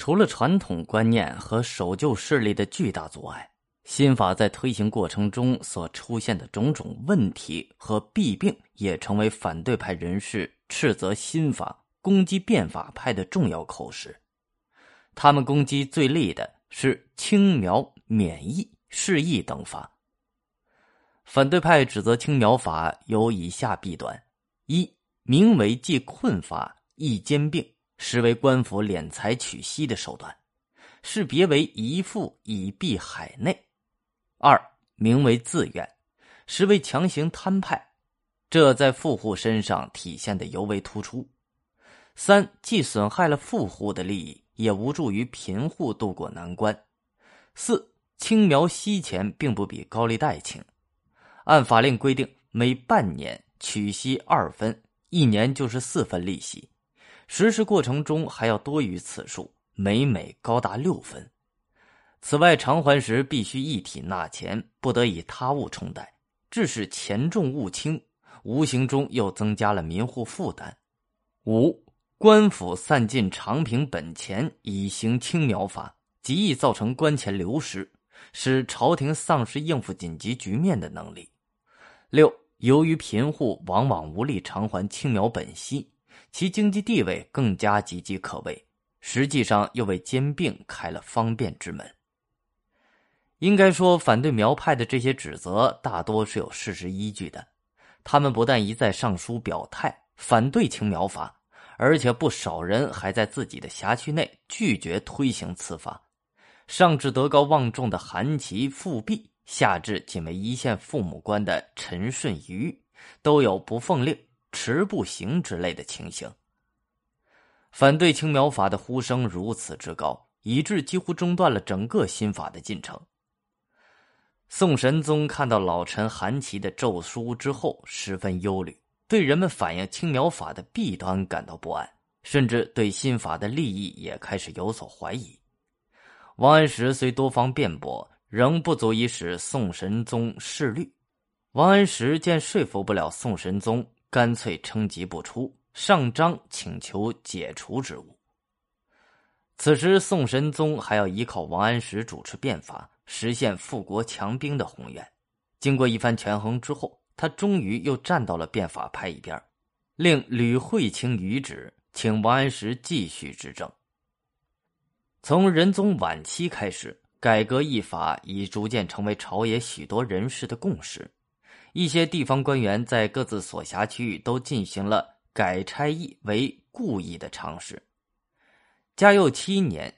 除了传统观念和守旧势力的巨大阻碍，新法在推行过程中所出现的种种问题和弊病，也成为反对派人士斥责新法、攻击变法派的重要口实。他们攻击最厉的是青苗、免役、释义等法。反对派指责青苗法有以下弊端：一、名为既困法，亦兼并，实为官府敛财取息的手段，是别为遗赋以避海内；二、名为自愿，实为强行摊派，这在富户身上体现得尤为突出；三、既损害了富户的利益，也无助于贫户渡过难关；四、青苗息钱并不比高利贷轻，按法令规定每半年取息2分，1年就是4分利息，实施过程中还要多于此数，每高达6分。此外，偿还时必须一体纳钱，不得以他物冲贷，致使钱重物轻，无形中又增加了民户负担。五、官府散尽常平本钱以行青苗法，极易造成官钱流失，使朝廷丧失应付紧急局面的能力。六、由于贫户往往无力偿还青苗本息，其经济地位更加岌岌可危，实际上又为兼并开了方便之门。应该说，反对苗派的这些指责大多是有事实依据的。他们不但一再上书表态反对青苗法，而且不少人还在自己的辖区内拒绝推行此法。上至德高望重的韩琦、富弼，下至仅为一线父母官的陈顺瑜，都有不奉令、持不行之类的情形。反对青苗法的呼声如此之高，以致几乎中断了整个新法的进程。宋神宗看到老臣韩琦的奏书之后，十分忧虑，对人们反映青苗法的弊端感到不安，甚至对新法的利益也开始有所怀疑。王安石虽多方辩驳，仍不足以使宋神宗释虑。王安石见说服不了宋神宗，干脆称疾不出，上章请求解除职务。此时宋神宗还要依靠王安石主持变法，实现富国强兵的宏愿。经过一番权衡之后，他终于又站到了变法派一边，令吕惠卿谕旨，请王安石继续执政。从仁宗晚期开始，改革议法已逐渐成为朝野许多人士的共识。一些地方官员在各自所辖区域都进行了改差役为固役的尝试。嘉佑7年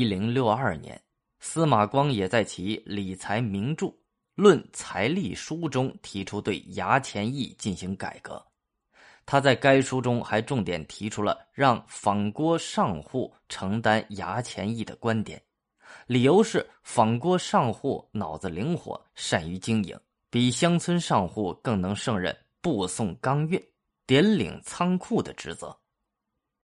1062年，司马光也在其理财名著《论财力书》中提出对衙前役进行改革。他在该书中还重点提出了让坊郭上户承担衙前役的观点，理由是坊郭上户脑子灵活，善于经营，比乡村上户更能胜任布送钢运、点领仓库的职责。